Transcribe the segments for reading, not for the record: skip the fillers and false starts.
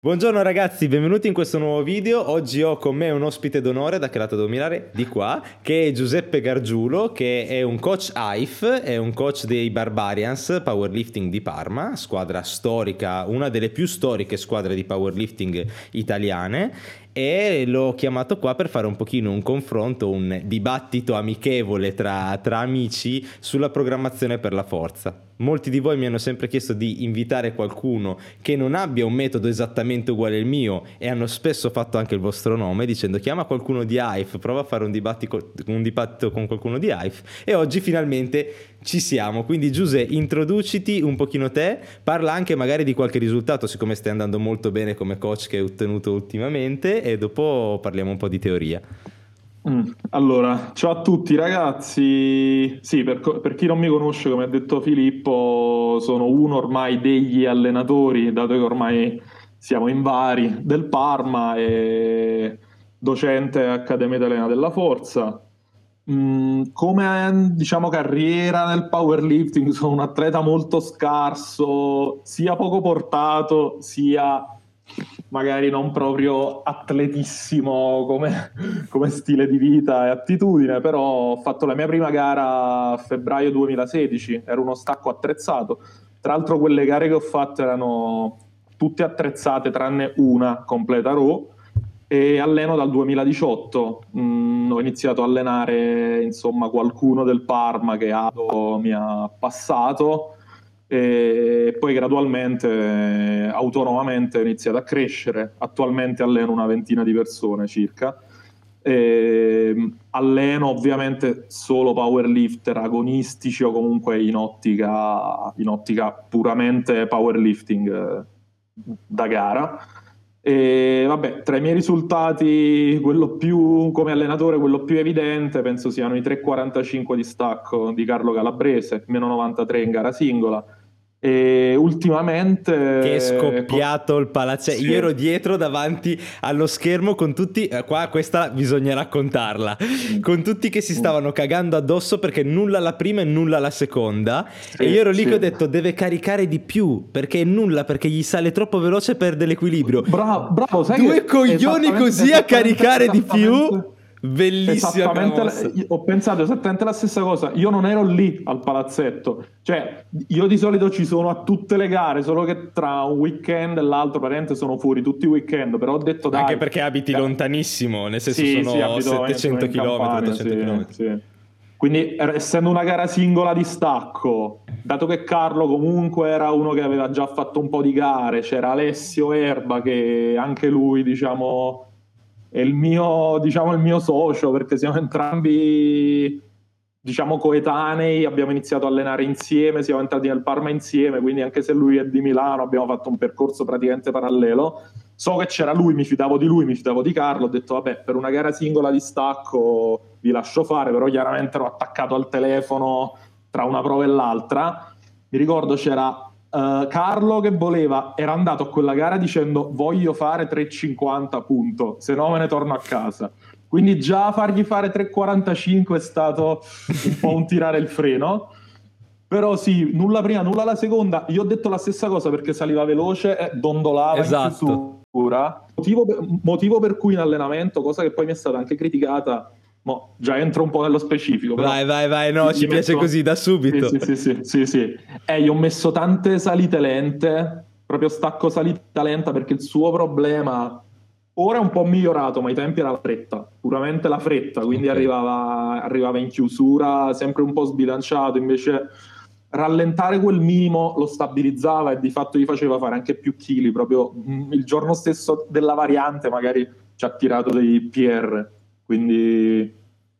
Buongiorno ragazzi, benvenuti in questo nuovo video. Oggi ho con me un ospite d'onore, da che lato devo mirare? Di qua, che è Giuseppe Gargiulo, che è un coach AIF, è un coach dei Barbarians Powerlifting di Parma, squadra storica, una delle più storiche squadre di powerlifting italiane, e l'ho chiamato qua per fare un pochino un confronto, un dibattito amichevole tra amici sulla programmazione per la forza. Molti di voi mi hanno sempre chiesto di invitare qualcuno che non abbia un metodo esattamente uguale al mio, e hanno spesso fatto anche il vostro nome dicendo chiama qualcuno di AIF, prova a fare un dibattito con qualcuno di AIF, e oggi finalmente ci siamo. Quindi Giuse, introduciti un pochino te, parla anche magari di qualche risultato, siccome stai andando molto bene come coach che hai ottenuto ultimamente, e dopo parliamo un po' di teoria. Allora, ciao a tutti ragazzi. Sì, per chi non mi conosce, come ha detto Filippo, sono uno ormai degli allenatori, dato che ormai siamo in vari, del Parma e docente Accademia Italiana della Forza. Come diciamo carriera nel powerlifting, sono un atleta molto scarso, sia poco portato, sia magari non proprio atletissimo come stile di vita e attitudine, però ho fatto la mia prima gara a febbraio 2016, era uno stacco attrezzato. Tra l'altro quelle gare che ho fatto erano tutte attrezzate tranne una completa raw, e alleno dal 2018. Ho iniziato a allenare insomma qualcuno del Parma che Ado mi ha passato, e poi gradualmente, autonomamente ho iniziato a crescere. Attualmente alleno una ventina di persone circa. Alleno ovviamente solo powerlifter agonistici o comunque in ottica puramente powerlifting da gara. E vabbè, tra i miei risultati, quello più come allenatore, quello più evidente, penso siano i 3,45 di stacco di Carlo Calabrese, meno 93 in gara singola. E Che è ultimamente, scoppiato il palazzetto. Io sì, ero dietro davanti allo schermo con tutti. Qua questa bisogna raccontarla. Con tutti che si stavano cagando addosso perché nulla la prima e nulla la seconda. E io sì, ero lì che ho sì. detto deve caricare di più perché è nulla, perché gli sale troppo veloce e perde l'equilibrio. Bravo, bravo, sai Due che coglioni esattamente, così a caricare di più. esattamente, Bellissima quella esattamente, mossa. ho pensato esattamente la stessa cosa. Io non ero lì al palazzetto, cioè io di solito ci sono a tutte le gare, solo che tra un weekend e l'altro praticamente sono fuori tutti i weekend, però ho detto Anche dai, perché abiti lontanissimo, nel senso sì, sì, sono sono 700 in km, Campania, 800 sì, km. sì. Quindi, essendo una gara singola di stacco, dato che Carlo comunque era uno che aveva già fatto un po' di gare, c'era Alessio Erba che anche lui, diciamo, è il mio socio, perché siamo entrambi, diciamo, coetanei, abbiamo iniziato a allenare insieme, siamo entrati nel Parma insieme, quindi anche se lui è di Milano abbiamo fatto un percorso praticamente parallelo. So che c'era lui, mi fidavo di lui, mi fidavo di Carlo, ho detto vabbè, per una gara singola di stacco vi lascio fare, però chiaramente ero attaccato al telefono tra una prova e l'altra. Mi ricordo c'era Carlo che era andato a quella gara dicendo voglio fare 3,50 punto, se no me ne torno a casa. Quindi già fargli fare 3,45 è stato un po' un tirare il freno. Però sì, nulla prima, nulla la seconda. Io ho detto la stessa cosa perché saliva veloce e dondolava in Esatto. chiusura. Motivo per cui in allenamento, cosa che poi mi è stata anche criticata, già entro un po' nello specifico, Vai, però vai, vai, no, gli ci piace metto... così da Sì, subito. sì, sì, sì, sì, sì. Gli ho messo tante salite lente, proprio stacco salita lenta, perché il suo problema ora è un po' migliorato, ma ai tempi era la fretta, puramente la fretta, quindi Ok. arrivava in chiusura sempre un po' sbilanciato, invece rallentare quel minimo lo stabilizzava e di fatto gli faceva fare anche più chili, proprio il giorno stesso della variante magari ci ha tirato dei PR, quindi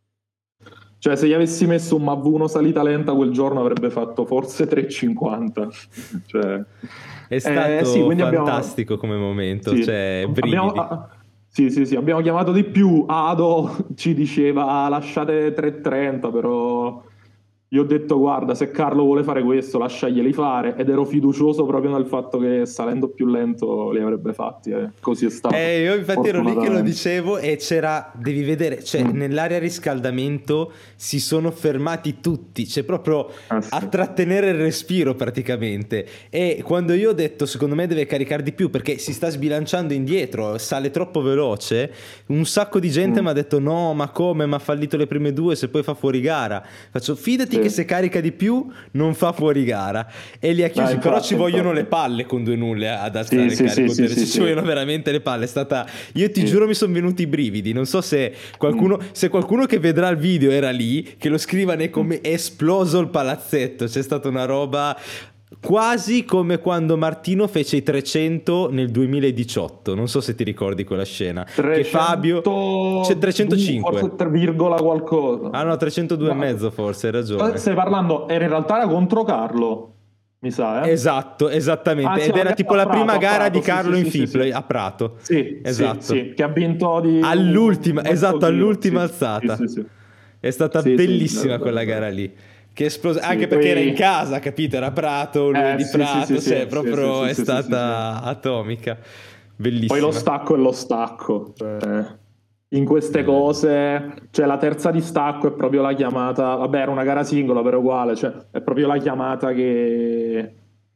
cioè se gli avessi messo un MAV1 salita lenta quel giorno avrebbe fatto forse 3,50. Cioè, È sì, stato quindi fantastico come momento, sì, cioè abbiamo, brividi. sì, sì, sì, abbiamo chiamato di più. Ado ci diceva lasciate 3,30, però Io ho detto, guarda, se Carlo vuole fare questo, lasciaglieli fare, ed ero fiducioso proprio nel fatto che salendo più lento li avrebbe fatti, e così è stato. Io infatti ero lì che lo dicevo e devi vedere, cioè nell'area riscaldamento si sono fermati tutti, c'è proprio a trattenere il respiro praticamente, e quando io ho detto secondo me deve caricare di più perché si sta sbilanciando indietro, sale troppo veloce, un sacco di gente mi ha detto no, ma come, ma ha fallito le prime due, se poi fa fuori gara. Faccio, fidati che se carica di più non fa fuori gara, e li ha chiusi. Però ci vogliono le palle con 2-0 ad alzare il carico, ci vogliono veramente le palle. È stata, io ti giuro mi sono venuti i brividi, non so se qualcuno che vedrà il video era lì, che lo scriva nei commenti. È esploso il palazzetto, c'è stata una roba quasi come quando Martino fece i 300 nel 2018, non so se ti ricordi quella scena, 300... che Fabio c'è 305 forse 3, qualcosa, ah no 302 e mezzo, forse hai ragione. Stai parlando, in realtà era contro Carlo, mi sa, Esatto, esattamente, ed era tipo la prima gara di Carlo in FIP a Prato, esatto, che ha vinto all'ultima alzata, è stata bellissima quella gara lì, che esplosa, anche perché era in casa, capito, era Prato, lui di Prato, proprio è stata atomica, bellissima. Poi lo stacco è lo stacco, cioè, in queste cose, cioè la terza di stacco è proprio la chiamata, vabbè era una gara singola però uguale, cioè è proprio la chiamata che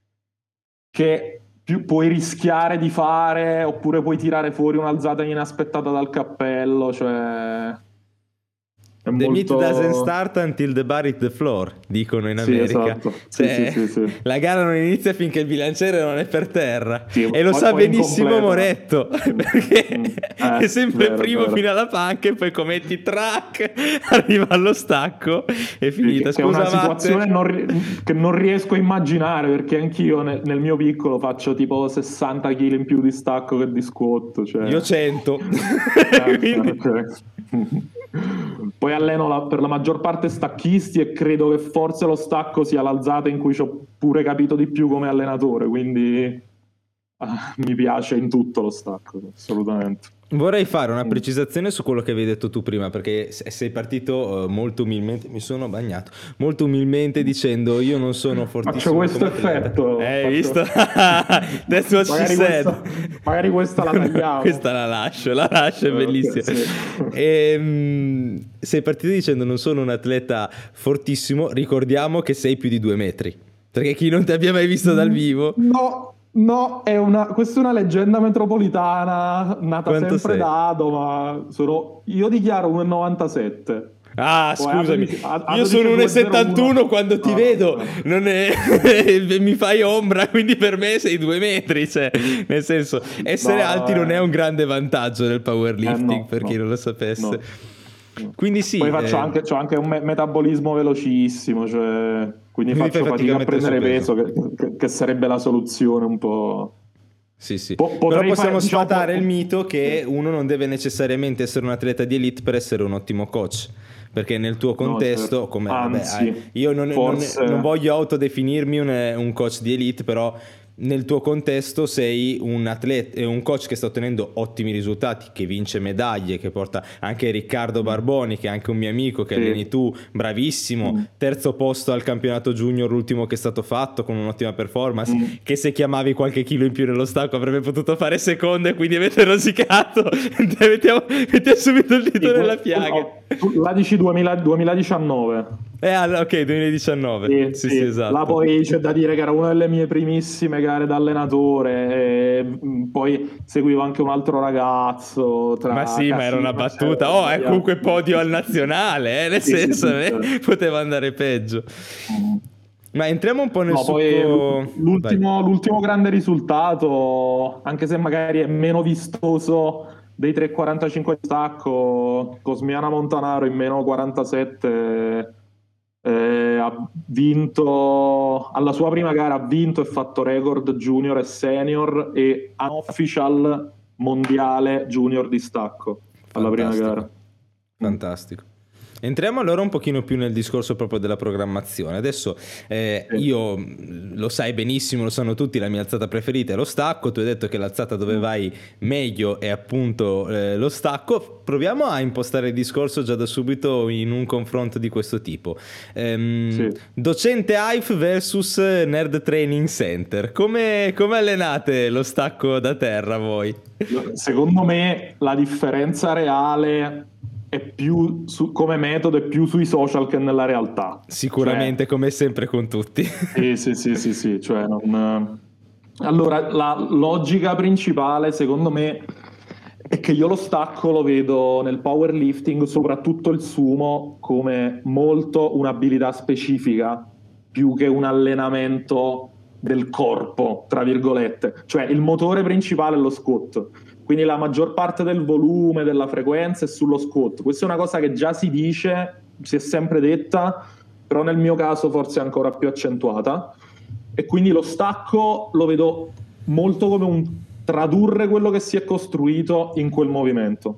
più puoi rischiare di fare, oppure puoi tirare fuori un'alzata inaspettata dal cappello, cioè the meat doesn't start until the bar hit the floor, dicono in America. Esatto. La gara non inizia finché il bilanciere non è per terra, e lo sa benissimo Moretto, perché è sempre primo fino alla panca, e poi commetti track, arriva allo stacco, è finita. È una situazione che non riesco a immaginare, perché anch'io nel mio piccolo faccio tipo 60 kg in più di stacco che di squat, cioè... Io 100. Quindi... Poi alleno per la maggior parte stacchisti, e credo che forse lo stacco sia l'alzata in cui ci ho pure capito di più come allenatore, quindi mi piace in tutto lo stacco, assolutamente. Vorrei fare una precisazione su quello che avevi detto tu prima, perché sei partito molto umilmente, mi sono bagnato, molto umilmente dicendo io non sono fortissimo. Faccio questo effetto. Hai visto? That's what she said. Magari questa la tagliamo. Questa la lascio, è bellissima. Sei partito dicendo non sono un atleta fortissimo, ricordiamo che sei più di 2 metri, perché chi non ti abbia mai visto dal vivo... No, questa è una leggenda metropolitana nata Quanto sempre sei? da Ado, ma io dichiaro 1,97. Ah, scusami, io sono 1,71 quando ti vedo, non è... mi fai ombra, quindi per me sei 2 metri, cioè, nel senso, essere alti non è un grande vantaggio nel powerlifting, per chi non lo sapesse. Quindi sì. Poi c'ho anche un metabolismo velocissimo, cioè, quindi faccio fatica a prendere peso, che sarebbe la soluzione un po'. Sì. Però possiamo sfatare il mito che uno non deve necessariamente essere un atleta di elite per essere un ottimo coach, perché nel tuo contesto, come io non voglio autodefinirmi un coach di elite, però nel tuo contesto sei un atleta, un coach che sta ottenendo ottimi risultati, che vince medaglie, che porta anche Riccardo Barboni, che è anche un mio amico, che alleni tu, bravissimo, terzo posto al campionato junior, l'ultimo che è stato fatto, con un'ottima performance, che se chiamavi qualche chilo in più nello stacco avrebbe potuto fare secondo, e quindi avete rosicato. Metti subito il dito nella piaga. La dici 2019. Ok, 2019. Sì, esatto. Là poi c'è da dire che era una delle mie primissime gare da allenatore, e poi seguivo anche un altro ragazzo. Ma era una battuta. È comunque podio al nazionale, nel senso, poteva andare peggio. Ma entriamo un po' nel succo. L'ultimo grande risultato, anche se magari è meno vistoso dei 3,45 di stacco, Cosmiana Montanaro in meno 47 ha vinto alla sua prima gara, ha vinto e fatto record junior e senior e unofficial mondiale junior di stacco alla prima gara. Fantastico. Entriamo allora un pochino più nel discorso proprio della programmazione. Adesso io, lo sai benissimo, lo sanno tutti, la mia alzata preferita è lo stacco. Tu hai detto che l'alzata dove vai meglio è appunto lo stacco. Proviamo a impostare il discorso già da subito in un confronto di questo tipo. Docente AIF versus Nerd Training Center. Come allenate lo stacco da terra voi? Secondo me la differenza reale è più come metodo, è più sui social che nella realtà. Sicuramente, come sempre con tutti. Sì. Cioè, allora, la logica principale, secondo me, è che io lo stacco lo vedo nel powerlifting, soprattutto il sumo, come molto un'abilità specifica, più che un allenamento del corpo, tra virgolette. Cioè, il motore principale è lo squat. Quindi la maggior parte del volume, della frequenza è sullo squat. Questa è una cosa che già si dice, si è sempre detta, però nel mio caso forse è ancora più accentuata. E quindi lo stacco lo vedo molto come un tradurre quello che si è costruito in quel movimento.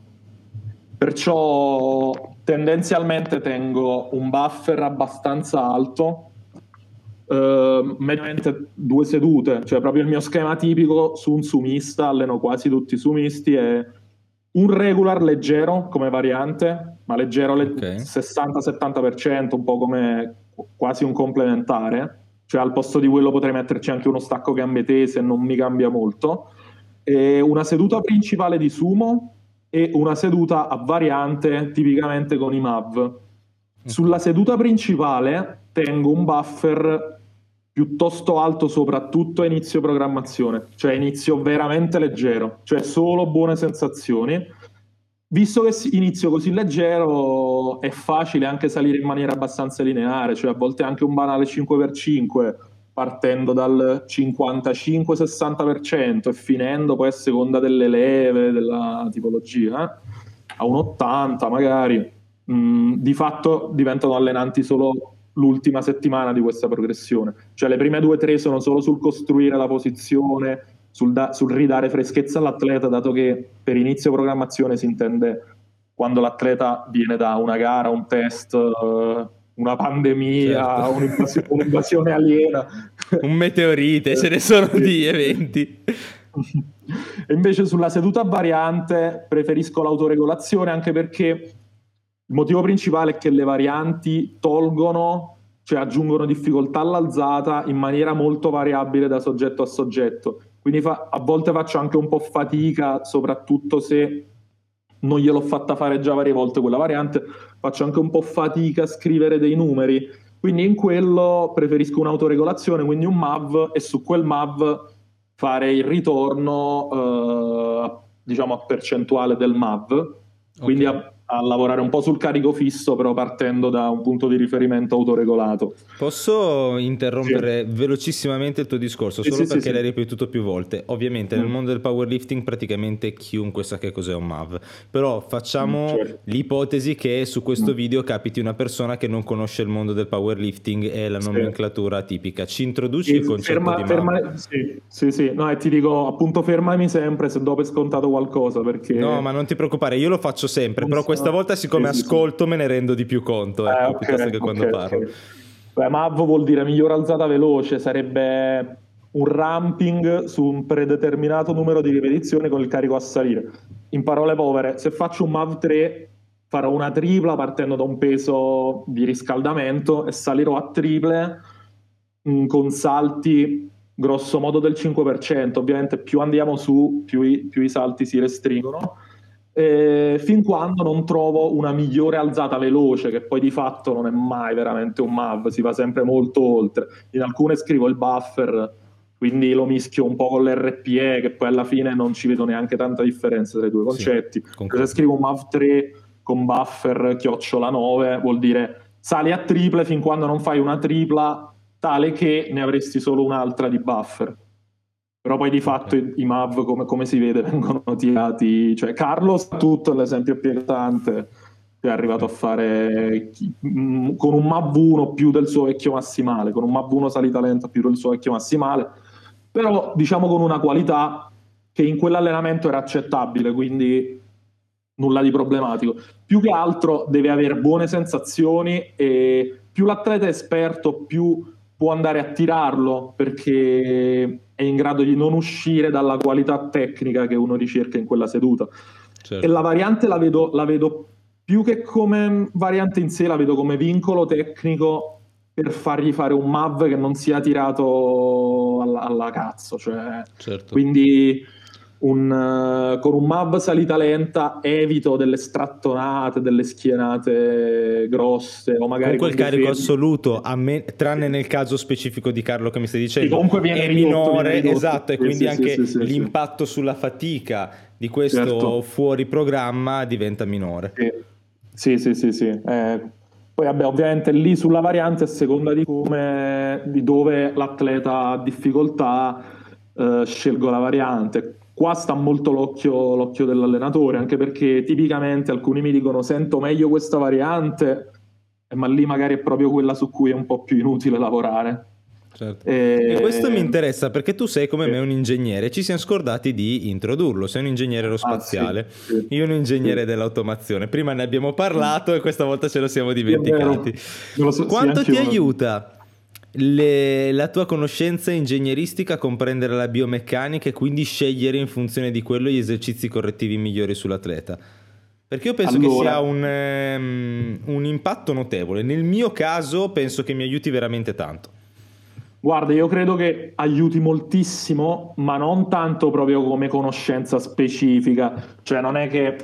Perciò tendenzialmente tengo un buffer abbastanza alto, mediamente 2 sedute, cioè proprio il mio schema tipico su un sumista, alleno quasi tutti i sumisti, è un regular leggero come variante, ma leggero 60-70%, un po' come quasi un complementare, cioè al posto di quello potrei metterci anche uno stacco gambe tese, non mi cambia molto, e una seduta principale di sumo e una seduta a variante tipicamente con i MAV. Sulla seduta principale tengo un buffer piuttosto alto, soprattutto a inizio programmazione, cioè inizio veramente leggero, cioè solo buone sensazioni. Visto che inizio così leggero, è facile anche salire in maniera abbastanza lineare, cioè a volte anche un banale 5x5, partendo dal 55-60% e finendo poi a seconda delle leve, della tipologia, a un 80 magari. Di fatto diventano allenanti solo l'ultima settimana di questa progressione, cioè le prime 2-3 sono solo sul costruire la posizione, sul ridare freschezza all'atleta, dato che per inizio programmazione si intende quando l'atleta viene da una gara, un test, una pandemia, certo. un'invasione aliena, un meteorite, ce ne sono di eventi. E invece sulla seduta variante preferisco l'autoregolazione, anche perché il motivo principale è che le varianti tolgono, cioè aggiungono difficoltà all'alzata in maniera molto variabile da soggetto a soggetto. Quindi a volte faccio anche un po' fatica, soprattutto se non gliel'ho fatta fare già varie volte quella variante, faccio anche un po' fatica a scrivere dei numeri. Quindi in quello preferisco un'autoregolazione, quindi un MAV, e su quel MAV fare il ritorno, diciamo a percentuale del MAV. Quindi a lavorare un po' sul carico fisso, però partendo da un punto di riferimento autoregolato. Posso interrompere velocissimamente il tuo discorso, solo perché l'hai ripetuto più volte. Ovviamente nel mondo del powerlifting praticamente chiunque sa che cos'è un MAV, però facciamo l'ipotesi che su questo video capiti una persona che non conosce il mondo del powerlifting e la nomenclatura tipica. Ci introduci il concetto di MAV? Sì. No, e ti dico appunto fermami sempre se do per scontato qualcosa, perché... No, ma non ti preoccupare, io lo faccio sempre, però questa volta siccome ascolto me ne rendo di più conto, piuttosto che quando parlo. Beh, MAV vuol dire miglior alzata veloce, sarebbe un ramping su un predeterminato numero di ripetizioni con il carico a salire. In parole povere, se faccio un MAV 3 farò una tripla partendo da un peso di riscaldamento e salirò a triple con salti grosso modo del 5%. Ovviamente più andiamo su, più i salti si restringono, fin quando non trovo una migliore alzata veloce, che poi di fatto non è mai veramente un MAV, si va sempre molto oltre. In alcune scrivo il buffer, quindi lo mischio un po' con l'RPE, che poi alla fine non ci vedo neanche tanta differenza tra i due concetti. Se scrivo un MAV 3 con buffer chiocciola 9 vuol dire sali a triple fin quando non fai una tripla tale che ne avresti solo un'altra di buffer. Però poi di fatto i MAV, come si vede, vengono tirati, cioè Carlos tutto è l'esempio più eclatante, che è arrivato a fare con un MAV 1 più del suo vecchio massimale, con un MAV 1 salita lenta più del suo vecchio massimale, però diciamo con una qualità che in quell'allenamento era accettabile, quindi nulla di problematico. Più che altro deve avere buone sensazioni, e più l'atleta è esperto, più può andare a tirarlo, perché è in grado di non uscire dalla qualità tecnica che uno ricerca in quella seduta. Certo. E la variante la vedo più che come variante in sé, la vedo come vincolo tecnico per fargli fare un MAV che non sia tirato alla cazzo. Cioè, Certo. quindi con un MAV salita lenta evito delle strattonate, delle schienate grosse, o magari Comunque il con dei carico fermi. assoluto, tranne nel caso specifico di Carlo che mi stai Sì, dicendo, comunque viene è ridotto, minore, viene ridotto. esatto, e Sì, quindi sì, anche sì, sì, l'impatto sulla fatica di questo Certo. fuori programma diventa minore. Sì, sì, sì, sì. Poi vabbè, ovviamente lì sulla variante, a seconda di dove l'atleta ha difficoltà, scelgo la variante. Qua sta molto l'occhio dell'allenatore, anche perché tipicamente alcuni mi dicono sento meglio questa variante, ma lì magari è proprio quella su cui è un po' più inutile lavorare. Certo. E questo mi interessa perché tu sei come me un ingegnere, ci siamo scordati di introdurlo, sei un ingegnere aerospaziale, sì. io un ingegnere dell'automazione, prima ne abbiamo parlato e questa volta ce lo siamo dimenticati. Quanto ti aiuta la tua conoscenza ingegneristica a comprendere la biomeccanica e quindi scegliere in funzione di quello gli esercizi correttivi migliori sull'atleta? Perché io penso che sia un impatto notevole. Nel mio caso penso che mi aiuti veramente tanto. Guarda, io credo che aiuti moltissimo, ma non tanto proprio come conoscenza specifica. Cioè, non è che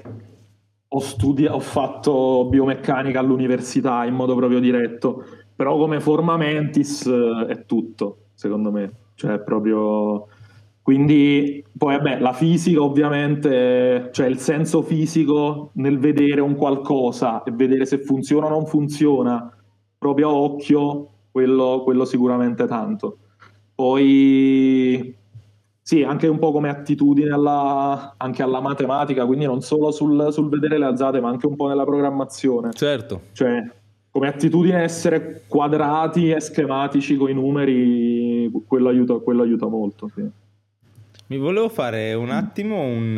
ho fatto biomeccanica all'università in modo proprio diretto, però come forma mentis è tutto, secondo me. Cioè, proprio. Quindi, poi, vabbè, la fisica ovviamente, cioè il senso fisico nel vedere un qualcosa e vedere se funziona o non funziona, proprio a occhio, quello sicuramente tanto. Poi sì, anche un po' come attitudine anche alla matematica, quindi non solo sul vedere le alzate, ma anche un po' nella programmazione. Certo. Cioè, come attitudine essere quadrati e schematici con i numeri, quello aiuta molto, sì. Mi volevo fare un attimo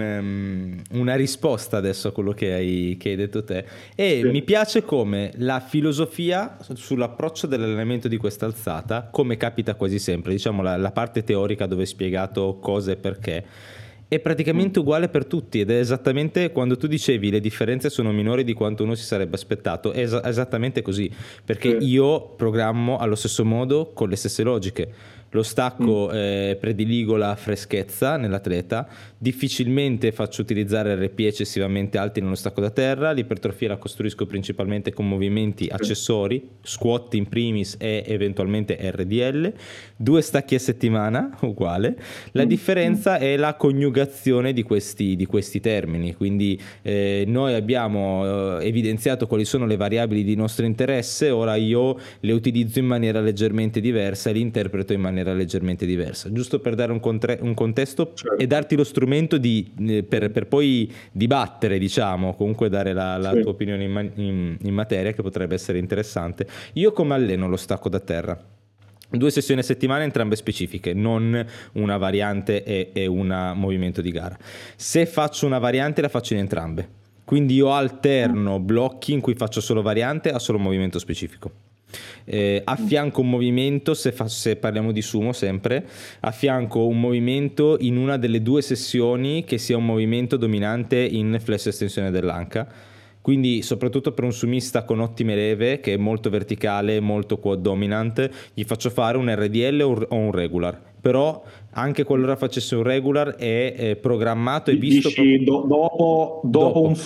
una risposta adesso a quello che hai detto te, e Sì. mi piace come la filosofia sull'approccio dell'allenamento di questa alzata, come capita quasi sempre, diciamo la parte teorica dove è spiegato cosa e perché, è praticamente uguale per tutti, ed è esattamente, quando tu dicevi le differenze sono minori di quanto uno si sarebbe aspettato, è esattamente così, perché io programmo allo stesso modo con le stesse logiche. Lo stacco prediligo la freschezza nell'atleta, difficilmente faccio utilizzare RP eccessivamente alti nello stacco da terra, l'ipertrofia la costruisco principalmente con movimenti accessori, squat in primis e eventualmente RDL, 2 stacchi a settimana, uguale. La differenza è la coniugazione di questi termini, quindi noi abbiamo evidenziato quali sono le variabili di nostro interesse, ora io le utilizzo in maniera leggermente diversa e li interpreto in maniera leggermente diversa, giusto per dare un contesto, certo, e darti lo strumento per poi dibattere, diciamo, comunque dare la tua opinione in materia, che potrebbe essere interessante. Io come alleno lo stacco da terra? 2 sessioni a settimana, entrambe specifiche, non una variante e un movimento di gara. Se faccio una variante la faccio in entrambe, quindi io alterno blocchi in cui faccio solo variante a solo movimento specifico. Affianco un movimento, se parliamo di sumo sempre, affianco un movimento in una delle 2 sessioni che sia un movimento dominante in flesso estensione dell'anca. Quindi soprattutto per un sumista con ottime leve, che è molto verticale, molto quad dominant, gli faccio fare un RDL o un regular. Però anche qualora facesse un regular è programmato e visto dopo un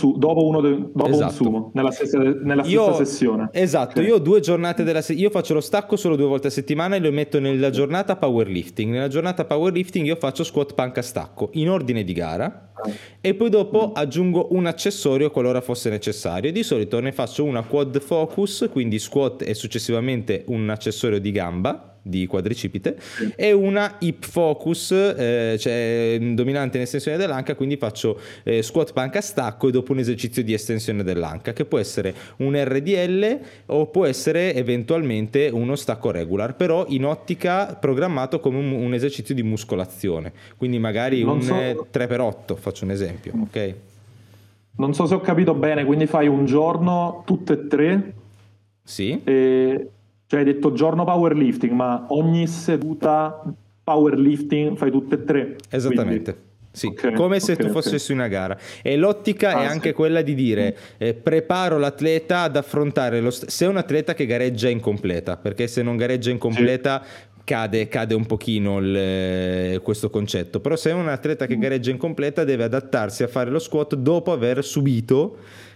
sumo nella stessa sessione. Esatto, io ho 2 giornate io faccio lo stacco solo 2 volte a settimana e lo metto nella giornata powerlifting. Nella giornata powerlifting io faccio squat panca stacco in ordine di gara e poi dopo aggiungo un accessorio qualora fosse necessario. Di solito ne faccio una quad focus, quindi squat e successivamente un accessorio di gamba, di quadricipite, e una hip focus, cioè dominante in estensione dell'anca, quindi faccio squat panca stacco e dopo un esercizio di estensione dell'anca, che può essere un RDL o può essere eventualmente uno stacco regular, però in ottica programmato come un esercizio di muscolazione, quindi magari un 3x8, faccio un esempio, ok? non so se ho capito bene, quindi fai un giorno tutte e tre, Sì, cioè hai detto giorno powerlifting, ma ogni seduta powerlifting fai tutte e tre, quindi. esattamente. Sì, Ok, come se ok, tu ok. fossi su una gara. E l'ottica è Ah, anche sì. quella di dire preparo l'atleta ad affrontare se è un atleta che gareggia in completa, perché se non gareggia in Sì. completa cade un pochino questo concetto. Però se è un atleta che gareggia in completa deve adattarsi a fare lo squat dopo aver subito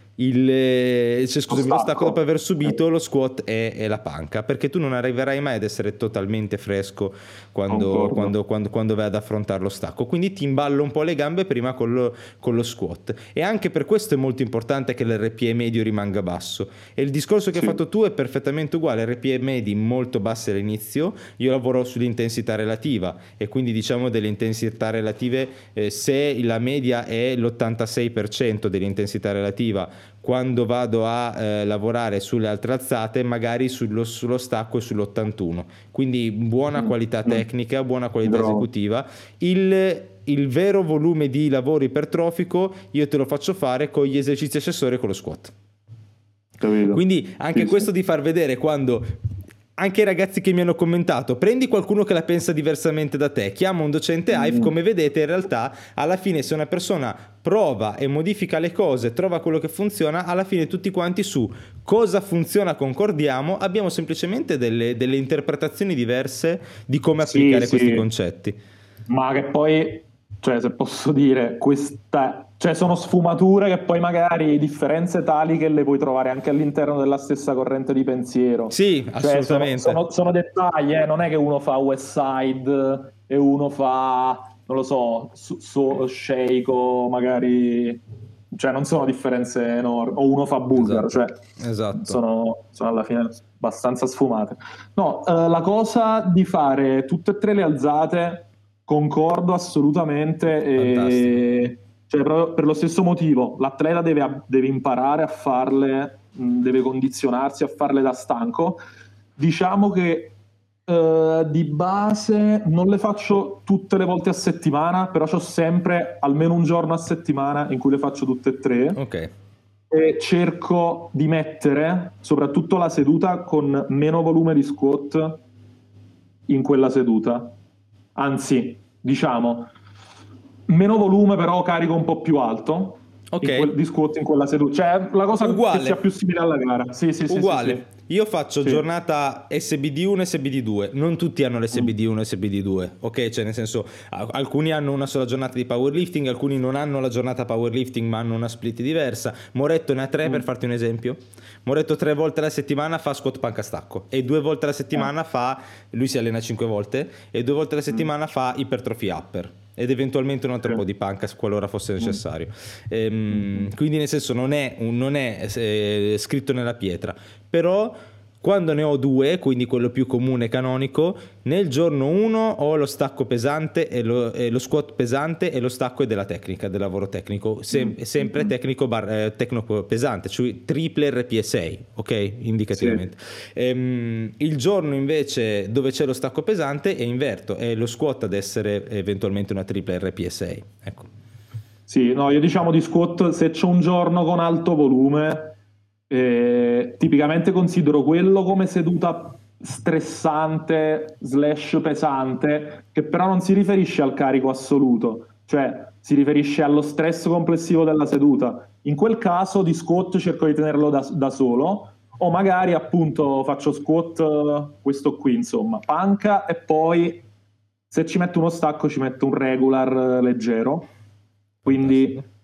Lo lo stacco dopo stacco. aver Ok. subito lo squat e la panca, perché tu non arriverai mai ad essere totalmente fresco Concordo. quando vai ad affrontare lo stacco. Quindi ti imballo un po' le gambe prima con lo squat. E anche per questo è molto importante che l'RPE medio rimanga basso. E il discorso che hai Sì. fatto tu è perfettamente uguale. RPE medi molto bassi all'inizio. Io lavoro sull'intensità relativa e quindi diciamo delle intensità relative, se la media è l'86% dell'intensità relativa, quando vado a lavorare sulle altre alzate magari sullo stacco e sull'81, quindi buona Mm, qualità mm. tecnica, buona Mi qualità trovo. esecutiva. Il vero volume di lavoro ipertrofico io te lo faccio fare con gli esercizi accessori e con lo squat. Capito? Quindi anche Sì, sì. questo di far vedere quando anche i ragazzi che mi hanno commentato, prendi qualcuno che la pensa diversamente da te, chiama un docente AIF, Mm. come vedete in realtà alla fine se una persona prova e modifica le cose, trova quello che funziona, alla fine tutti quanti su cosa funziona concordiamo, abbiamo semplicemente delle interpretazioni diverse di come Sì, applicare questi sì. concetti. Ma che poi, cioè, se posso dire, cioè, sono sfumature che poi magari differenze tali che le puoi trovare anche all'interno della stessa corrente di pensiero. Sì, Cioè, sono, assolutamente. sono- sono dettagli, non è che uno fa West Side e uno fa, non lo so, Sheiko, magari, cioè, non sono differenze enormi, o uno fa Bulgar, Esatto, cioè, esatto. sono alla fine abbastanza sfumate. No, la cosa di fare tutte e tre le alzate, concordo assolutamente, Fantastico. cioè, proprio per lo stesso motivo, l'atleta deve imparare a farle, deve condizionarsi a farle da stanco. Diciamo che di base non le faccio tutte le volte a settimana, però ho sempre almeno un giorno a settimana in cui le faccio tutte e tre Ok, e cerco di mettere soprattutto la seduta con meno volume di squat in quella seduta. Anzi, diciamo, meno volume però carico un po' più alto ok. di squat in quella seduta. Cioè, la cosa che sia Uguale. più simile alla gara. Sì, sì, sì, sì, sì. Uguale, io faccio Sì. giornata SBD1 e SBD2, non tutti hanno Mm, l'SBD1 e SBD2, ok? Cioè nel senso alcuni hanno una sola giornata di powerlifting, alcuni non hanno la giornata powerlifting ma hanno una split diversa. Moretto ne ha tre per mm. farti un esempio. Moretto 3 volte alla settimana fa squat panca stacco e 2 volte alla settimana fa, lui si allena 5 volte e 2 volte alla Mm. settimana fa ipertrofia upper ed eventualmente un altro Sì. po' di panca qualora fosse Mm, necessario. mm, Quindi nel senso non è scritto nella pietra, però quando ne ho due, quindi quello più comune canonico, nel giorno 1 ho lo stacco pesante e lo squat pesante e lo stacco è della tecnica, del lavoro tecnico, mm, sempre mm. tecnico pesante, cioè triple RPE6, ok? Sì. Indicativamente. Il giorno invece dove c'è lo stacco pesante e inverto, è lo squat ad essere eventualmente una triple RPE6, ecco. Sì, no, io diciamo di squat se c'è un giorno con alto volume, tipicamente considero quello come seduta stressante slash pesante, che però non si riferisce al carico assoluto, cioè si riferisce allo stress complessivo della seduta. In quel caso di squat cerco di tenerlo da solo, o magari appunto faccio squat, questo qui, insomma, panca e poi se ci metto uno stacco ci metto un regular leggero, quindi Fantastico.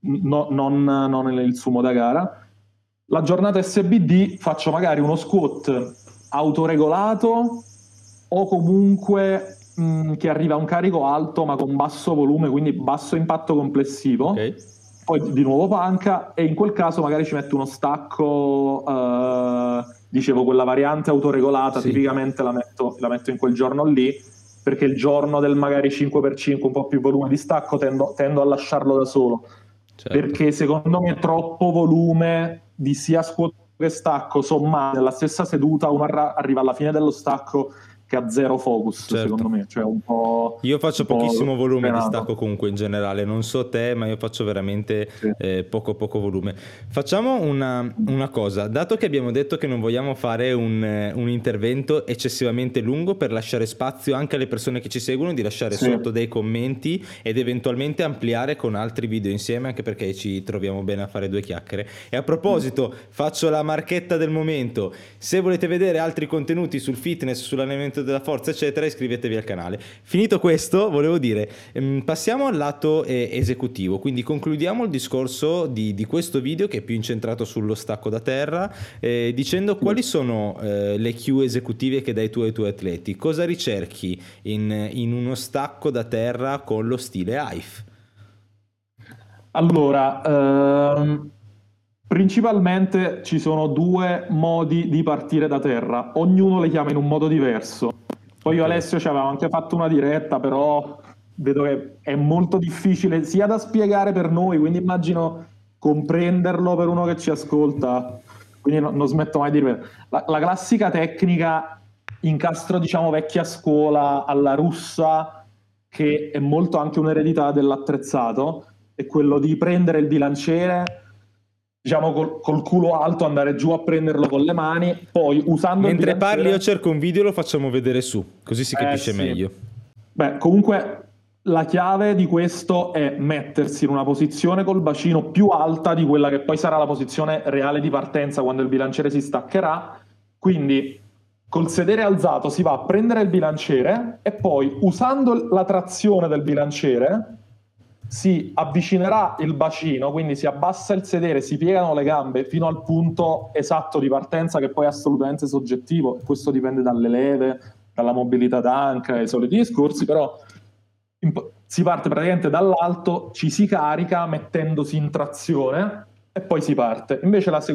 non il sumo da gara. La giornata SBD faccio magari uno squat autoregolato o comunque che arriva a un carico alto ma con basso volume, quindi basso impatto complessivo. Ok. Poi di nuovo panca e in quel caso magari ci metto uno stacco, dicevo quella variante autoregolata, Sì, tipicamente la metto in quel giorno lì, perché il giorno del magari 5x5 un po' più volume di stacco tendo a lasciarlo da solo, certo. perché secondo me troppo volume di sia squat che stacco sommati nella stessa seduta, uno arriva alla fine dello stacco che ha zero focus, Certo. secondo me, cioè un po'... Io faccio un po' pochissimo volume di frenato. stacco comunque in generale, non so te, ma io faccio veramente Sì. poco volume. Facciamo una cosa, dato che abbiamo detto che non vogliamo fare un intervento eccessivamente lungo per lasciare spazio anche alle persone che ci seguono di lasciare Sì. sotto dei commenti ed eventualmente ampliare con altri video insieme, anche perché ci troviamo bene a fare due chiacchiere. E a proposito, faccio la marchetta del momento: se volete vedere altri contenuti sul fitness, sull'allenamento della forza eccetera, iscrivetevi al canale. Finito questo, volevo dire, passiamo al lato esecutivo, quindi concludiamo il discorso di questo video che è più incentrato sullo stacco da terra, dicendo quali sono le cue esecutive che dai tu ai tuoi atleti, cosa ricerchi in uno stacco da terra con lo stile AIF. Allora, principalmente ci sono due modi di partire da terra, ognuno le chiama in un modo diverso. Poi io e Ok. Alessio ci avevamo anche fatto una diretta, però vedo che è molto difficile sia da spiegare per noi, quindi immagino comprenderlo per uno che ci ascolta, quindi non smetto mai di dire. La classica tecnica incastro, diciamo, vecchia scuola alla russa, che è molto anche un'eredità dell'attrezzato, è quello di prendere il bilanciere, diciamo col culo alto, andare giù a prenderlo con le mani, poi usando Mentre il bilanciere... parli io cerco un video e lo facciamo vedere su, così si capisce sì. meglio. Beh, comunque la chiave di questo è mettersi in una posizione col bacino più alta di quella che poi sarà la posizione reale di partenza quando il bilanciere si staccherà. Quindi col sedere alzato si va a prendere il bilanciere e poi, usando la trazione del bilanciere, si avvicinerà il bacino, quindi si abbassa il sedere, si piegano le gambe fino al punto esatto di partenza, che poi è assolutamente soggettivo, e questo dipende dalle leve, dalla mobilità d'anca e i soliti discorsi, però si parte praticamente dall'alto, ci si carica mettendosi in trazione e poi si parte. Invece il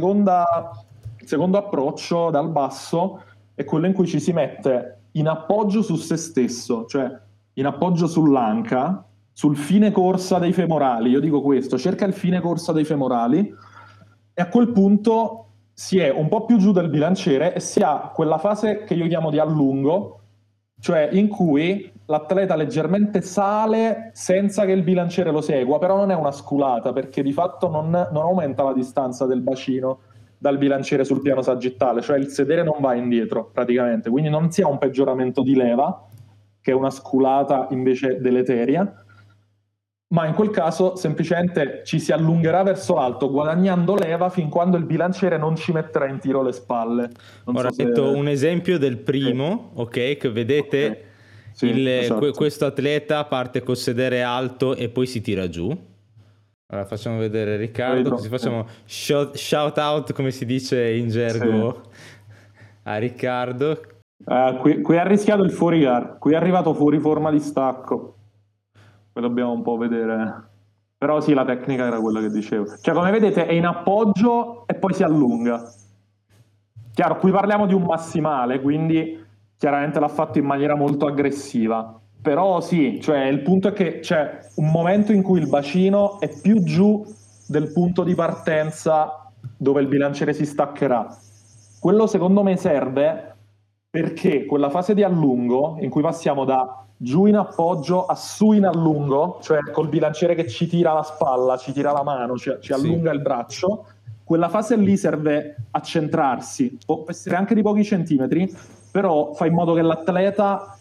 secondo approccio dal basso è quello in cui ci si mette in appoggio su se stesso, cioè in appoggio sull'anca, sul fine corsa dei femorali. Io dico questo: cerca il fine corsa dei femorali, e a quel punto si è un po' più giù del bilanciere e si ha quella fase che io chiamo di allungo, cioè in cui l'atleta leggermente sale senza che il bilanciere lo segua, però non è una sculata, perché di fatto non aumenta la distanza del bacino dal bilanciere sul piano sagittale, cioè il sedere non va indietro praticamente, quindi non si ha un peggioramento di leva, che è una sculata invece deleteria, ma in quel caso semplicemente ci si allungherà verso l'alto guadagnando leva fin quando il bilanciere non ci metterà in tiro le spalle. Non Ora so se... metto un esempio del primo, ok, che vedete. Ok. Sì, esatto. Questo atleta parte col sedere alto e poi si tira giù. Allora facciamo vedere Riccardo, così facciamo shout out, come si dice in gergo, a Riccardo. Qui ha rischiato il fuori gara, qui è arrivato fuori forma di stacco. Poi dobbiamo un po' vedere. Però sì, la tecnica era quella che dicevo. Cioè, come vedete, è in appoggio e poi si allunga. Chiaro, qui parliamo di un massimale, quindi chiaramente l'ha fatto in maniera molto aggressiva. Però sì, cioè il punto è che c'è un momento in cui il bacino è più giù del punto di partenza dove il bilanciere si staccherà. Quello secondo me serve perché quella fase di allungo in cui passiamo da giù in appoggio a su in allungo, cioè col bilanciere che ci tira la spalla, ci tira la mano, ci allunga il braccio, quella fase lì serve a centrarsi, può essere anche di pochi centimetri, però fa in modo che l'atleta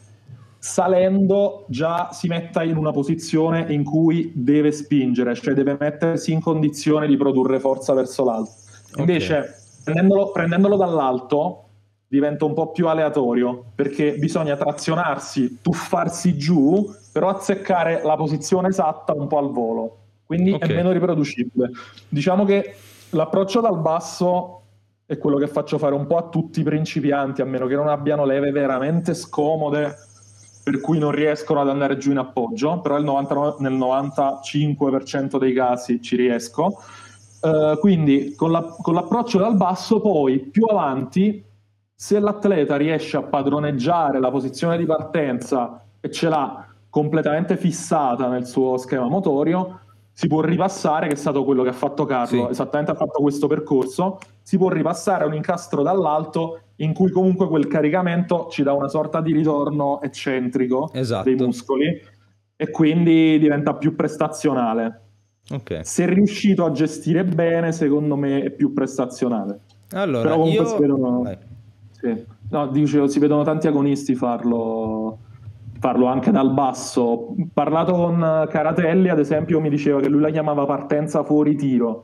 salendo già si metta in una posizione in cui deve spingere, cioè deve mettersi in condizione di produrre forza verso l'alto. Invece, prendendolo dall'alto diventa un po' più aleatorio, perché bisogna trazionarsi, tuffarsi giù, però azzeccare la posizione esatta un po' al volo, quindi è meno riproducibile. Diciamo che l'approccio dal basso è quello che faccio fare un po' a tutti i principianti, a meno che non abbiano leve veramente scomode per cui non riescono ad andare giù in appoggio, però nel 95% dei casi ci riesco. Quindi con l'approccio dal basso, poi più avanti, se l'atleta riesce a padroneggiare la posizione di partenza e ce l'ha completamente fissata nel suo schema motorio, si può ripassare, che è stato quello che ha fatto Carlo, esattamente ha fatto questo percorso, si può ripassare a un incastro dall'alto in cui comunque quel caricamento ci dà una sorta di ritorno eccentrico Esatto. dei muscoli e quindi diventa più prestazionale. Ok. Se riuscito a gestire bene, secondo me è più prestazionale. Allora, Però comunque si io... vedono, Vai. sì. No, dicevo, si vedono tanti agonisti farlo anche dal basso. Ho parlato con Caratelli, ad esempio, mi diceva che lui la chiamava partenza fuori tiro.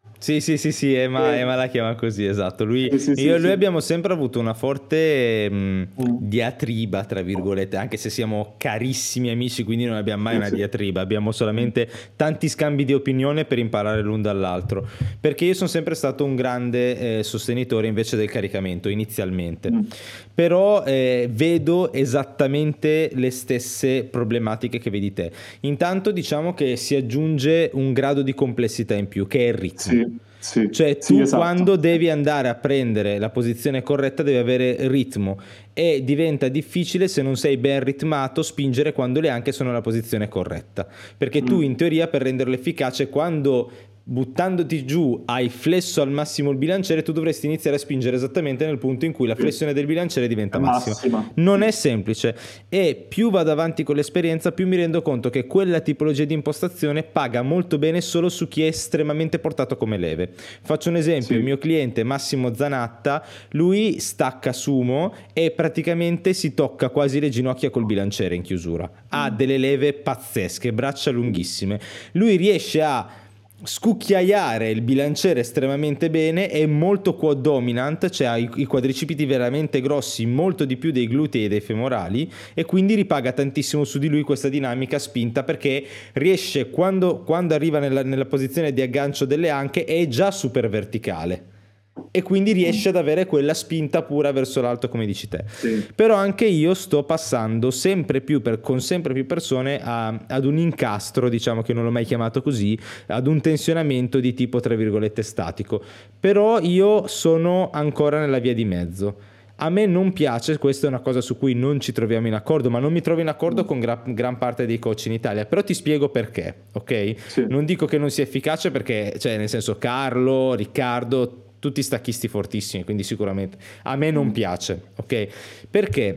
Sì, Ema la chiama così, esatto. Io e lui Sì. abbiamo sempre avuto una forte Mm. diatriba, tra virgolette, anche se siamo carissimi amici, quindi non abbiamo mai una diatriba, abbiamo solamente tanti scambi di opinione per imparare l'un dall'altro. Perché io sono sempre stato un grande sostenitore invece del caricamento, inizialmente. Però vedo esattamente le stesse problematiche che vedi te. Intanto diciamo che si aggiunge un grado di complessità in più, che è il ritmo. Cioè tu esatto. quando devi andare a prendere la posizione corretta devi avere ritmo e diventa difficile, se non sei ben ritmato, spingere quando le anche sono nella posizione corretta, perché tu in teoria, per renderlo efficace, quando buttandoti giù hai flesso al massimo il bilanciere, tu dovresti iniziare a spingere esattamente nel punto in cui la flessione del bilanciere diventa massima. Non è semplice, e più vado avanti con l'esperienza più mi rendo conto che quella tipologia di impostazione paga molto bene solo su chi è estremamente portato come leve. Faccio un esempio: il mio cliente Massimo Zanatta, lui stacca sumo e praticamente si tocca quasi le ginocchia col bilanciere in chiusura, ha delle leve pazzesche, braccia lunghissime, lui riesce a scucchiaiare il bilanciere estremamente bene, è molto quad dominant, cioè ha i quadricipiti veramente grossi, molto di più dei glutei e dei femorali, e quindi ripaga tantissimo su di lui questa dinamica spinta, perché riesce, quando arriva nella posizione di aggancio delle anche, è già super verticale e quindi riesce ad avere quella spinta pura verso l'alto, come dici te. Però anche io sto passando sempre più con sempre più persone ad un incastro, diciamo, che non l'ho mai chiamato così, ad un tensionamento di tipo tra virgolette statico. Però io sono ancora nella via di mezzo. A me non piace, questa è una cosa su cui non ci troviamo in accordo, ma non mi trovo in accordo con gran parte dei coach in Italia, però ti spiego perché, ok? Non dico che non sia efficace, perché, cioè, nel senso, Carlo, Riccardo, tutti stacchisti fortissimi, quindi sicuramente a me non piace, ok? Perché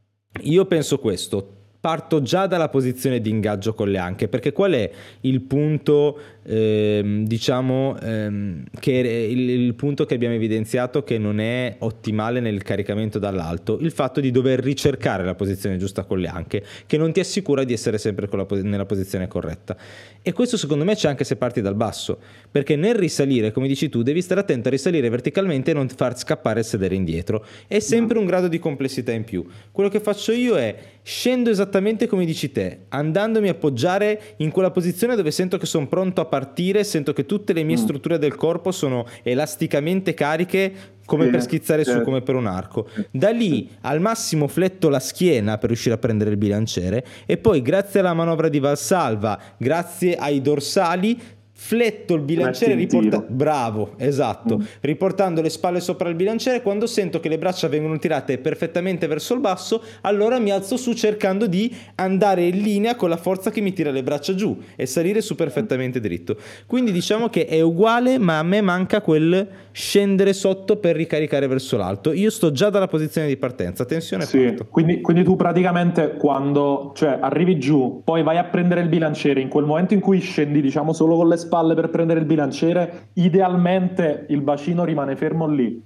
io penso questo: parto già dalla posizione di ingaggio con le anche, perché qual è il punto, diciamo, che il punto che abbiamo evidenziato che non è ottimale nel caricamento dall'alto? Il fatto di dover ricercare la posizione giusta con le anche, che non ti assicura di essere sempre nella posizione corretta. E questo secondo me c'è anche se parti dal basso, perché nel risalire, come dici tu, devi stare attento a risalire verticalmente e non far scappare il sedere indietro. È sempre un grado di complessità in più. Quello che faccio io è scendo esattamente come dici te, andandomi a appoggiare in quella posizione dove sento che sono pronto a partire, sento che tutte le mie strutture del corpo sono elasticamente cariche, come per schizzare su, come per un arco. Da lì al massimo fletto la schiena per riuscire a prendere il bilanciere, e poi grazie alla manovra di Valsalva, grazie ai dorsali, fletto il bilanciere, bravo, esatto, riportando le spalle sopra il bilanciere. Quando sento che le braccia vengono tirate perfettamente verso il basso, allora mi alzo su cercando di andare in linea con la forza che mi tira le braccia giù e salire su perfettamente dritto. Quindi diciamo che è uguale, ma a me manca quel scendere sotto per ricaricare verso l'alto. Io sto già dalla posizione di partenza, tensione, parto. Quindi tu praticamente, quando, cioè, arrivi giù, poi vai a prendere il bilanciere, in quel momento in cui scendi, diciamo, solo con le spalle per prendere il bilanciere, idealmente il bacino rimane fermo lì.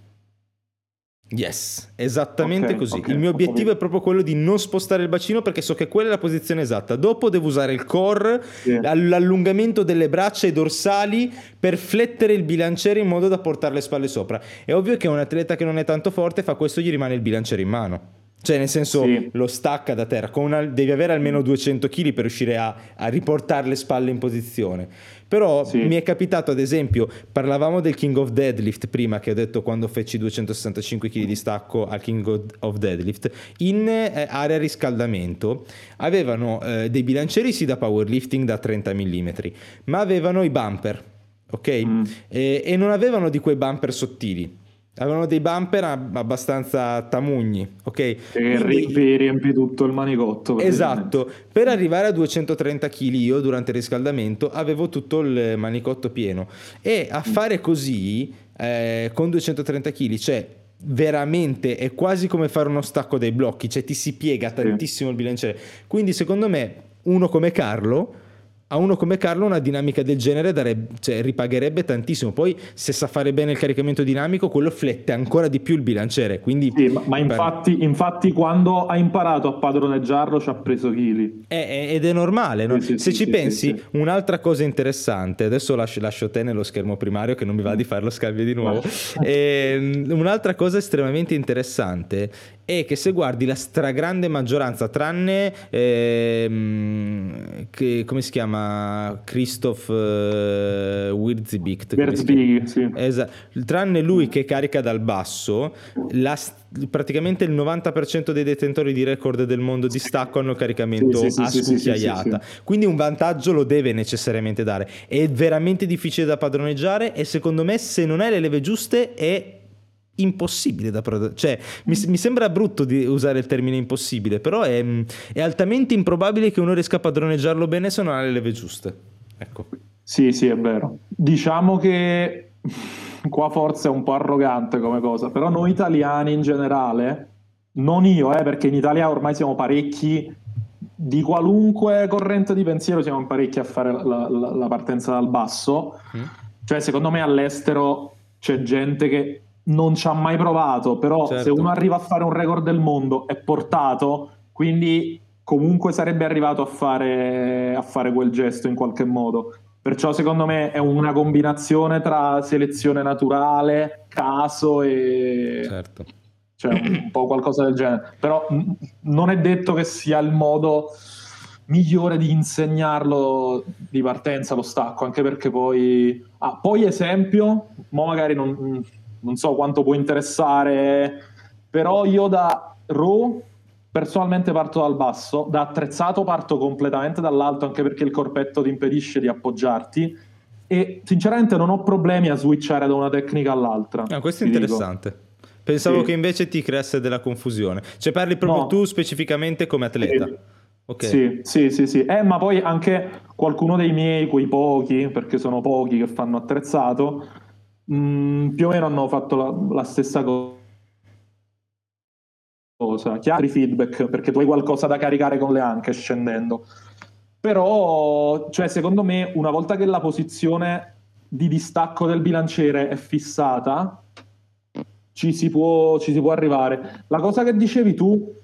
Yes, esattamente così. Il mio obiettivo è proprio quello di non spostare il bacino, perché so che quella è la posizione esatta. Dopo devo usare il core, l'allungamento delle braccia e dorsali per flettere il bilanciere in modo da portare le spalle sopra. È ovvio che un atleta che non è tanto forte fa questo, gli rimane il bilanciere in mano. Cioè, nel senso, lo stacca da terra. Devi avere almeno 200 kg per riuscire a riportare le spalle in posizione. Però mi è capitato, ad esempio, parlavamo del King of Deadlift prima, che ho detto quando feci 265 kg di stacco al King of Deadlift, in area riscaldamento avevano dei bilancieri da powerlifting da 30 mm, ma avevano i bumper, ok? E non avevano di quei bumper sottili. Avevano dei bumper abbastanza tamugni, ok? Quindi riempi tutto il manicotto. Esatto, per arrivare a 230 kg io durante il riscaldamento avevo tutto il manicotto pieno, e a fare così con 230 kg, cioè veramente è quasi come fare uno stacco dai blocchi, cioè ti si piega tantissimo il bilanciere. Quindi secondo me uno come Carlo, a uno come Carlo una dinamica del genere cioè, ripagherebbe tantissimo. Poi se sa fare bene il caricamento dinamico, quello flette ancora di più il bilanciere. Quindi, sì, ma infatti quando ha imparato a padroneggiarlo ci ha preso chili. Ed è normale, no? Sì, Se ci pensi, sì. un'altra cosa interessante, adesso lascio te nello schermo primario che non mi va di fare lo scambio di nuovo. Un'altra cosa estremamente interessante è che se guardi la stragrande maggioranza, tranne come si chiama? Christoph Wirzbicht, sì. Tranne lui che carica dal basso, praticamente il 90% dei detentori di record del mondo di stacco hanno caricamento a scucchiaiata. Quindi un vantaggio lo deve necessariamente dare. È veramente difficile da padroneggiare e secondo me se non hai le leve giuste è impossibile da cioè mi sembra brutto di usare il termine impossibile, però è altamente improbabile che uno riesca a padroneggiarlo bene se non ha le leve giuste. Ecco. Sì, è vero. Diciamo che qua forse è un po' arrogante come cosa, però noi italiani in generale, non io, perché in Italia ormai siamo parecchi, di qualunque corrente di pensiero siamo parecchi a fare la partenza dal basso. Cioè secondo me all'estero c'è gente che non ci ha mai provato, però certo. Se uno arriva a fare un record del mondo è portato, quindi comunque sarebbe arrivato a fare quel gesto in qualche modo. Perciò secondo me è una combinazione tra selezione naturale, caso e certo. Cioè un po' qualcosa del genere. Però non è detto che sia il modo migliore di insegnarlo di partenza lo stacco, anche perché poi esempio, mo magari non so quanto può interessare, però io da raw personalmente parto dal basso, da attrezzato parto completamente dall'alto, anche perché il corpetto ti impedisce di appoggiarti e sinceramente non ho problemi a switchare da una tecnica all'altra. Questo è interessante. Pensavo che invece ti creasse della confusione. Cioè parli proprio tu specificamente come atleta. Sì. Okay. Sì. Ma poi anche qualcuno dei miei, quei pochi, perché sono pochi che fanno attrezzato, più o meno hanno fatto la stessa cosa. Chiari feedback, perché tu hai qualcosa da caricare con le anche scendendo. Però, cioè, secondo me, una volta che la posizione di distacco del bilanciere è fissata, ci si può arrivare. La cosa che dicevi tu,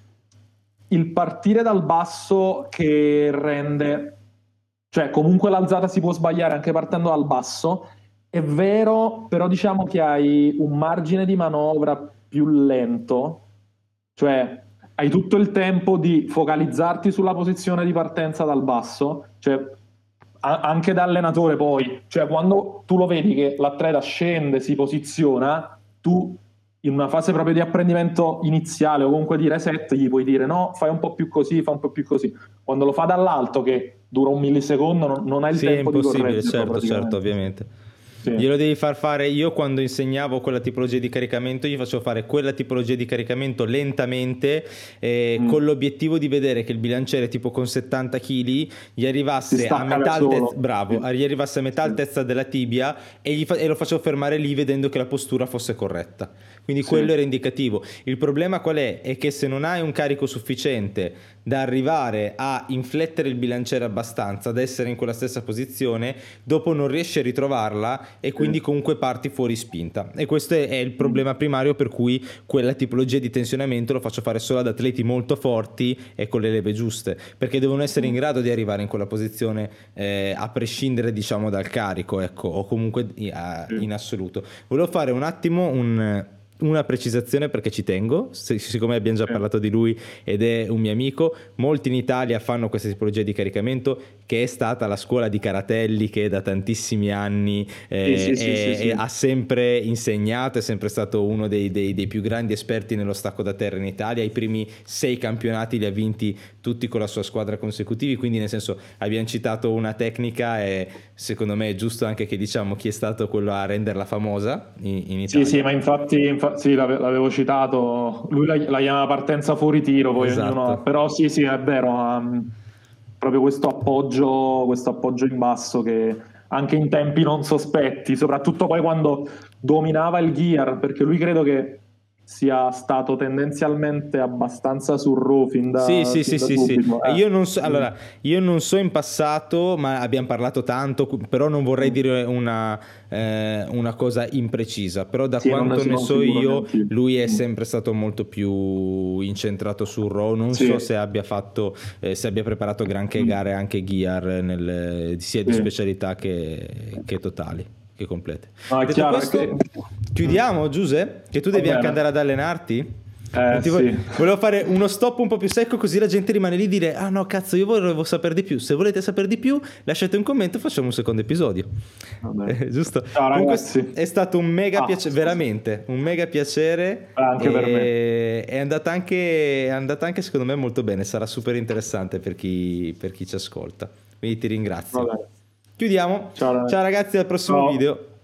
il partire dal basso che rende, cioè comunque l'alzata si può sbagliare anche partendo dal basso, è vero, però diciamo che hai un margine di manovra più lento, cioè hai tutto il tempo di focalizzarti sulla posizione di partenza dal basso, cioè anche da allenatore poi, cioè quando tu lo vedi che l'atleta scende, si posiziona, tu in una fase proprio di apprendimento iniziale o comunque di reset gli puoi dire no, fai un po' più così, fa un po' più così. Quando lo fa dall'alto che dura un millisecondo non hai il tempo di correggere. Certo, ovviamente. Sì. Glielo devi far fare. Io quando insegnavo quella tipologia di caricamento gli facevo fare quella tipologia di caricamento lentamente con l'obiettivo di vedere che il bilanciere tipo con 70 kg gli arrivasse a metà altezza, gli arrivasse a metà altezza della tibia e lo facevo fermare lì vedendo che la postura fosse corretta. Quindi quello era indicativo. Il problema qual è? È che se non hai un carico sufficiente da arrivare a inflettere il bilanciere abbastanza da essere in quella stessa posizione, dopo non riesci a ritrovarla e quindi comunque parti fuori spinta. E questo è il problema primario per cui quella tipologia di tensionamento lo faccio fare solo ad atleti molto forti e con le leve giuste, perché devono essere in grado di arrivare in quella posizione a prescindere diciamo dal carico, ecco, o comunque in assoluto. Volevo fare un attimo una precisazione perché ci tengo, siccome abbiamo già parlato di lui ed è un mio amico. Molti in Italia fanno questa tipologia di caricamento, che è stata la scuola di Caratelli, che da tantissimi anni ha sempre insegnato, è sempre stato uno dei più grandi esperti nello stacco da terra in Italia. I primi 6 campionati li ha vinti tutti con la sua squadra consecutivi, quindi nel senso abbiamo citato una tecnica e secondo me è giusto anche che diciamo chi è stato quello a renderla famosa in Italia. Sì, ma infatti sì, l'avevo citato, lui la chiama partenza fuori tiro, poi ognuno, però sì, è vero, proprio questo appoggio in basso che anche in tempi non sospetti, soprattutto poi quando dominava il gear, perché lui credo che sia stato tendenzialmente abbastanza sul raw fin da, Sì, sì, fin sì, da sì, sì. subito. Io non so, allora, io non so in passato, ma abbiamo parlato tanto, però non vorrei dire una cosa imprecisa. Però da Sì, non ne quanto ne sono so sicuro io, neanche io. lui è sempre stato molto più incentrato sul Raw. Non Sì, so se abbia fatto, se abbia preparato granché gare anche Gear sia di sì. specialità che totali, che complete. No, è Detto chiaro questo, che... chiudiamo, Giuseppe, che tu Va devi anche bene. andare ad allenarti. Non ti Sì. Volevo fare uno stop un po' più secco, così la gente rimane lì a dire: ah no, cazzo, io volevo sapere di più. Se volete sapere di più, lasciate un commento e facciamo un secondo episodio. Va bene. Giusto? Ciao Comunque ragazzi. è stato un mega piacere, Scusa. veramente un mega piacere. Anche per me. È andata anche secondo me molto bene. Sarà super interessante per chi ci ascolta. Quindi ti Va ringrazio. bene. Chiudiamo. Ciao ragazzi. Ciao ragazzi, al prossimo Ciao. video.